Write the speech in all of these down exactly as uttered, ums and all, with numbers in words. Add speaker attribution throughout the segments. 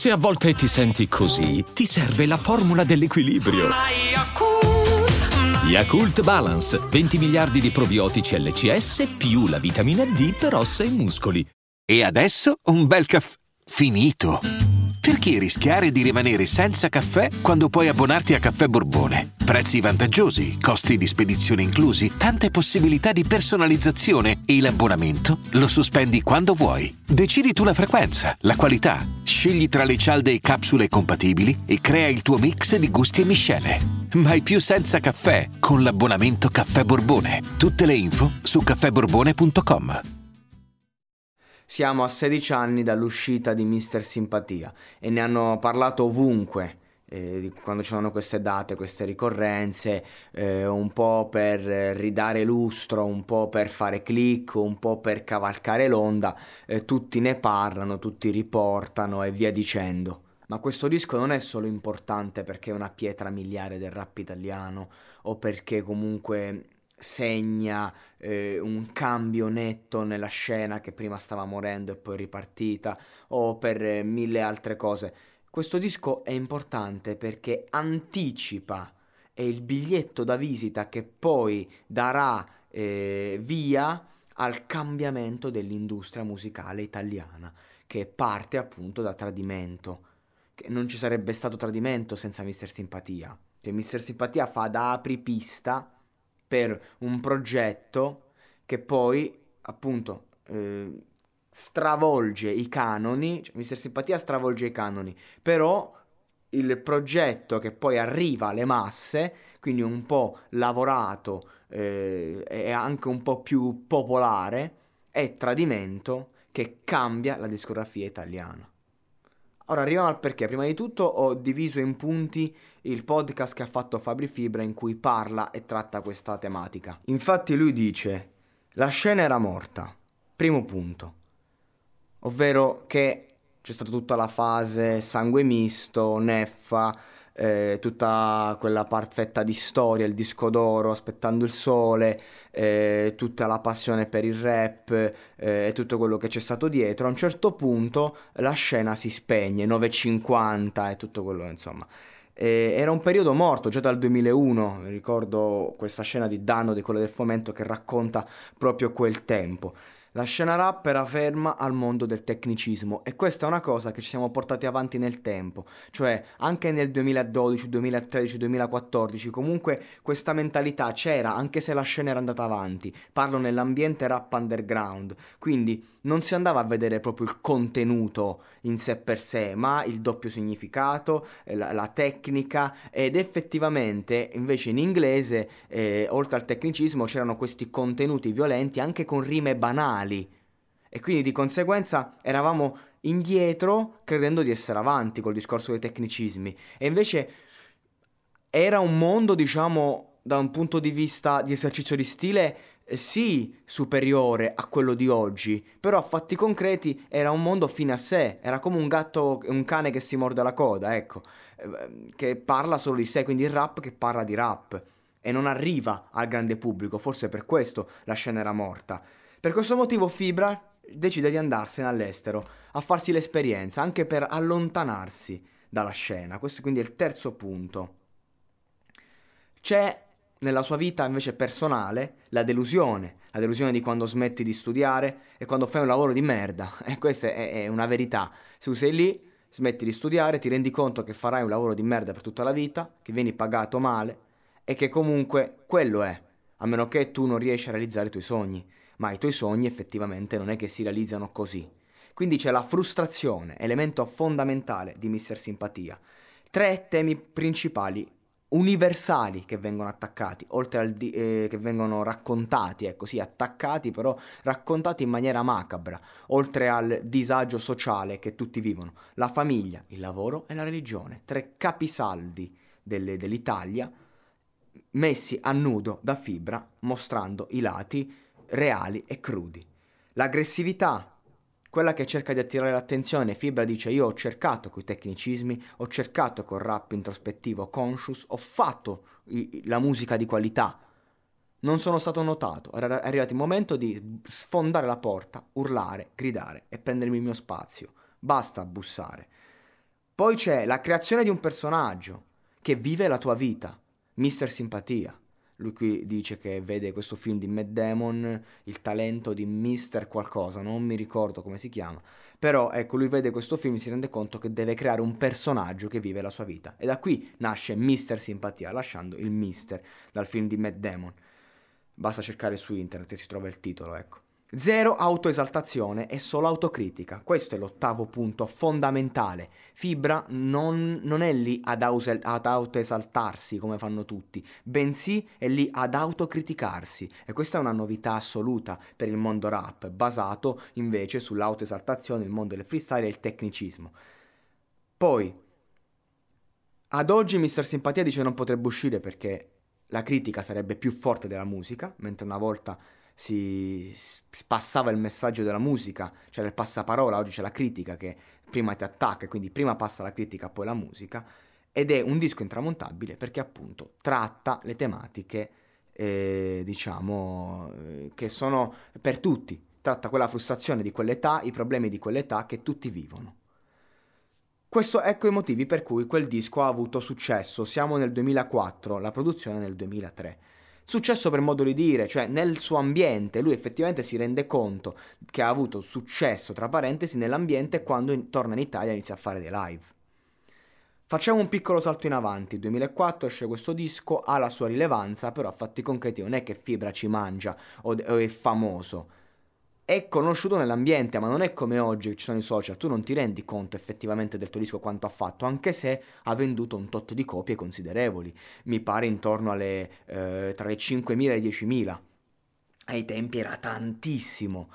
Speaker 1: Se a volte ti senti così, ti serve la formula dell'equilibrio. Yakult Balance, venti miliardi di probiotici L C S più la vitamina D per ossa e muscoli.
Speaker 2: E adesso un bel caffè finito. Perché rischiare di rimanere senza caffè quando puoi abbonarti a Caffè Borbone? Prezzi vantaggiosi, costi di spedizione inclusi, tante possibilità di personalizzazione e l'abbonamento lo sospendi quando vuoi. Decidi tu la frequenza, la qualità, scegli tra le cialde e capsule compatibili e crea il tuo mix di gusti e miscele. Mai più senza caffè con l'abbonamento Caffè Borbone. Tutte le info su caffè borbone punto com.
Speaker 3: Siamo a sedici anni dall'uscita di Mister Simpatia e ne hanno parlato ovunque, eh, quando c'erano queste date, queste ricorrenze, eh, un po' per ridare lustro, un po' per fare click, un po' per cavalcare l'onda, eh, tutti ne parlano, tutti riportano e via dicendo. Ma questo disco non è solo importante perché è una pietra miliare del rap italiano o perché comunque segna eh, un cambio netto nella scena che prima stava morendo e poi è ripartita, o per eh, mille altre cose. Questo disco è importante perché anticipa, è il biglietto da visita che poi darà eh, via al cambiamento dell'industria musicale italiana, che parte appunto da Tradimento, che non ci sarebbe stato Tradimento senza Mister Simpatia. Cioè Mister Simpatia fa da apripista per un progetto che poi appunto eh, stravolge i canoni, cioè Mister Simpatia stravolge i canoni, però il progetto che poi arriva alle masse, quindi un po' lavorato eh, e anche un po' più popolare, è Tradimento, che cambia la discografia italiana. Ora arriviamo al perché. Prima di tutto ho diviso in punti il podcast che ha fatto Fabri Fibra in cui parla e tratta questa tematica. Infatti lui dice: la scena era morta, primo punto, ovvero che c'è stata tutta la fase sangue misto, Neffa, eh, tutta quella perfetta di storia, il disco d'oro, Aspettando il sole, eh, tutta la passione per il rap eh, e tutto quello che c'è stato dietro. A un certo punto la scena si spegne, nove cinquanta e tutto quello, insomma. Eh, era un periodo morto già dal duemilauno, ricordo questa scena di Danno di quello del Fomento che racconta proprio quel tempo. La scena rap era ferma al mondo del tecnicismo e questa è una cosa che ci siamo portati avanti nel tempo, cioè anche nel duemiladodici, duemilatredici, duemilaquattordici comunque questa mentalità c'era anche se la scena era andata avanti, parlo nell'ambiente rap underground, quindi non si andava a vedere proprio il contenuto in sé per sé, ma il doppio significato, la, la tecnica ed effettivamente invece in inglese eh, oltre al tecnicismo c'erano questi contenuti violenti anche con rime banali. E quindi di conseguenza eravamo indietro credendo di essere avanti col discorso dei tecnicismi e invece era un mondo, diciamo, da un punto di vista di esercizio di stile eh, sì superiore a quello di oggi, però a fatti concreti era un mondo fine a sé, era come un gatto, un cane che si morde la coda, ecco, eh, che parla solo di sé, quindi il rap che parla di rap e non arriva al grande pubblico, forse per questo la scena era morta. Per questo motivo Fibra decide di andarsene all'estero, a farsi l'esperienza, anche per allontanarsi dalla scena. Questo quindi è il terzo punto. C'è nella sua vita invece personale la delusione, la delusione di quando smetti di studiare e quando fai un lavoro di merda. E questa è, è una verità. Se tu sei lì, smetti di studiare, ti rendi conto che farai un lavoro di merda per tutta la vita, che vieni pagato male e che comunque quello è, a meno che tu non riesci a realizzare i tuoi sogni. Ma i tuoi sogni effettivamente non è che si realizzano così. Quindi c'è la frustrazione, elemento fondamentale di Mister Simpatia. Tre temi principali, universali, che vengono attaccati, oltre al di- eh, che vengono raccontati, ecco sì, attaccati però raccontati in maniera macabra, oltre al disagio sociale che tutti vivono. La famiglia, il lavoro e la religione, tre capisaldi delle- dell'Italia messi a nudo da Fibra, mostrando i lati reali e crudi. L'aggressività, quella che cerca di attirare l'attenzione. Fibra dice: io ho cercato coi tecnicismi, ho cercato col rap introspettivo conscious, ho fatto i- la musica di qualità, non sono stato notato, era arrivato il momento di sfondare la porta, urlare, gridare e prendermi il mio spazio, basta bussare. Poi c'è la creazione di un personaggio che vive la tua vita, mister Simpatia. Lui qui dice che vede questo film di Matt Damon, il talento di mister qualcosa, non mi ricordo come si chiama, però ecco, lui vede questo film e si rende conto che deve creare un personaggio che vive la sua vita, e da qui nasce mister Simpatia, lasciando il mister dal film di Matt Damon. Basta cercare su internet e si trova il titolo, ecco. Zero autoesaltazione e solo autocritica. Questo è l'ottavo punto fondamentale. Fibra non, non è lì ad, ause, ad autoesaltarsi come fanno tutti, bensì è lì ad autocriticarsi. E questa è una novità assoluta per il mondo rap, basato invece sull'autoesaltazione, il mondo del freestyle e il tecnicismo. Poi, ad oggi mister Simpatia dice non potrebbe uscire perché la critica sarebbe più forte della musica, mentre una volta si passava il messaggio della musica, c'era il passaparola, oggi c'è la critica che prima ti attacca, quindi prima passa la critica, poi la musica, ed è un disco intramontabile perché appunto tratta le tematiche, eh, diciamo, eh, che sono per tutti, tratta quella frustrazione di quell'età, i problemi di quell'età che tutti vivono. Questo ecco i motivi per cui quel disco ha avuto successo. Siamo nel duemilaquattro, la produzione nel duemilatré. Successo per modo di dire, cioè nel suo ambiente, lui effettivamente si rende conto che ha avuto successo, tra parentesi, nell'ambiente quando in, torna in Italia e inizia a fare dei live. Facciamo un piccolo salto in avanti, duemilaquattro esce questo disco, ha la sua rilevanza, però a fatti concreti non è che Fibra ci mangia o, o è famoso. È conosciuto nell'ambiente, ma non è come oggi che ci sono i social, tu non ti rendi conto effettivamente del tuo disco quanto ha fatto, anche se ha venduto un tot di copie considerevoli, mi pare intorno alle eh, tra le cinquemila e i diecimila. Ai tempi era tantissimo.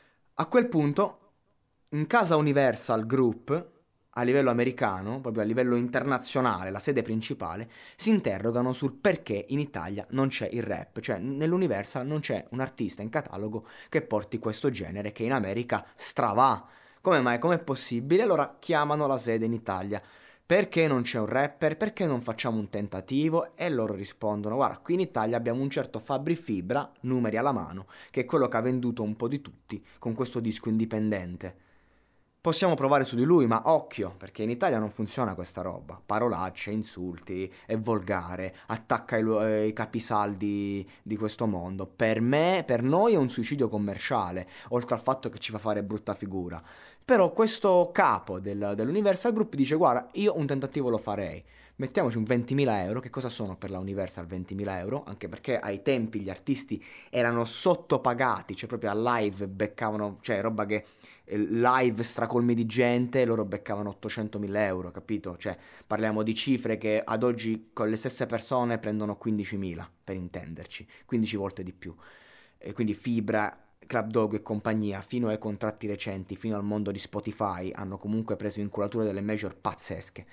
Speaker 3: A quel punto, in casa Universal Group, a livello americano, proprio a livello internazionale, la sede principale, si interrogano sul perché in Italia non c'è il rap, cioè nell'Universal non c'è un artista in catalogo che porti questo genere che in America stravà. Come mai? Com'è possibile? Allora chiamano la sede in Italia. Perché non c'è un rapper? Perché non facciamo un tentativo? E loro rispondono, guarda, qui in Italia abbiamo un certo Fabri Fibra, numeri alla mano, che è quello che ha venduto un po' di tutti con questo disco indipendente. Possiamo provare su di lui, ma occhio, perché in Italia non funziona questa roba. Parolacce, insulti, è volgare, attacca i, eh, i capisaldi di questo mondo. Per me, per noi è un suicidio commerciale, oltre al fatto che ci fa fare brutta figura. Però questo capo del, dell'Universal Group dice, guarda, io un tentativo lo farei. Mettiamoci un ventimila euro, che cosa sono per la Universal ventimila euro? Anche perché ai tempi gli artisti erano sottopagati, cioè proprio a live beccavano, cioè roba che eh, live stracolmi di gente, loro beccavano ottocentomila euro, capito? Cioè parliamo di cifre che ad oggi con le stesse persone prendono quindicimila, per intenderci, quindici volte di più. E quindi Fibra, Club Dogo e compagnia, fino ai contratti recenti, fino al mondo di Spotify, hanno comunque preso inculature delle major pazzesche.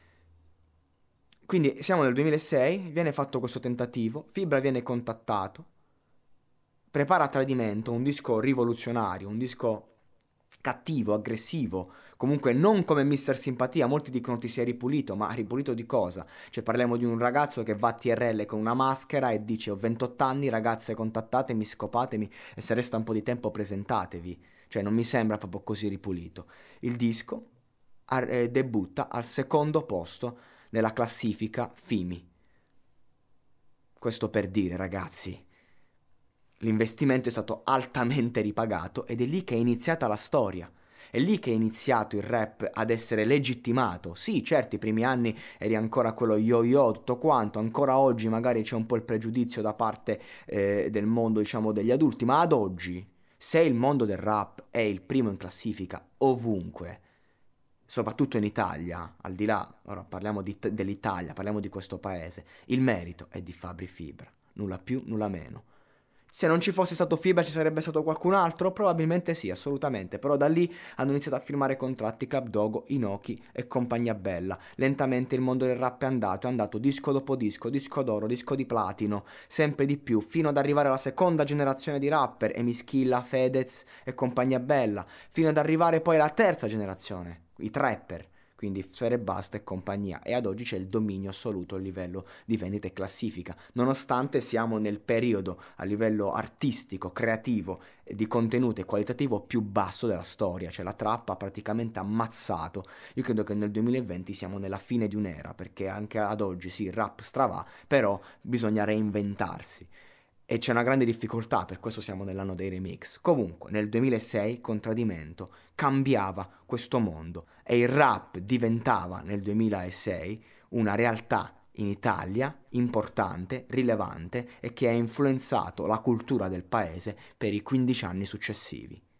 Speaker 3: Quindi siamo nel duemilasei, viene fatto questo tentativo, Fibra viene contattato, prepara Tradimento, un disco rivoluzionario, un disco cattivo, aggressivo, comunque non come mister Simpatia, molti dicono ti sei ripulito, ma ripulito di cosa? Cioè parliamo di un ragazzo che va a T R L con una maschera e dice ho ventotto anni, ragazze contattatemi, scopatemi e se resta un po' di tempo presentatevi, cioè non mi sembra proprio così ripulito. Il disco eh, debutta al secondo posto nella classifica F I M I. Questo per dire, ragazzi, l'investimento è stato altamente ripagato ed è lì che è iniziata la storia. È lì che è iniziato il rap ad essere legittimato. Sì, certo, i primi anni eri ancora quello yo-yo, tutto quanto, ancora oggi magari c'è un po' il pregiudizio da parte eh, del mondo, diciamo, degli adulti, ma ad oggi, se il mondo del rap è il primo in classifica ovunque, soprattutto in Italia, al di là, ora parliamo di, dell'Italia, parliamo di questo paese, il merito è di Fabri Fibra, nulla più, nulla meno. Se non ci fosse stato Fibra ci sarebbe stato qualcun altro? Probabilmente sì, assolutamente, però da lì hanno iniziato a firmare contratti Club Dogo, Inoki e compagnia bella. Lentamente il mondo del rap è andato, è andato disco dopo disco, disco d'oro, disco di platino, sempre di più, fino ad arrivare alla seconda generazione di rapper, Emischilla, Fedez e compagnia bella, fino ad arrivare poi alla terza generazione, i trapper. quindi Sfera Ebbasta e compagnia, e ad oggi c'è il dominio assoluto a livello di vendita e classifica, nonostante siamo nel periodo a livello artistico, creativo, di contenuto e qualitativo più basso della storia, cioè la trap ha praticamente ammazzato. Io credo che nel duemilaventi siamo nella fine di un'era, perché anche ad oggi sì, il rap stravà, però bisogna reinventarsi. E c'è una grande difficoltà, per questo siamo nell'anno dei remix. Comunque, nel duemilasei, con Tradimento, cambiava questo mondo e il rap diventava, nel duemilasei, una realtà in Italia importante, rilevante e che ha influenzato la cultura del paese per i quindici anni successivi.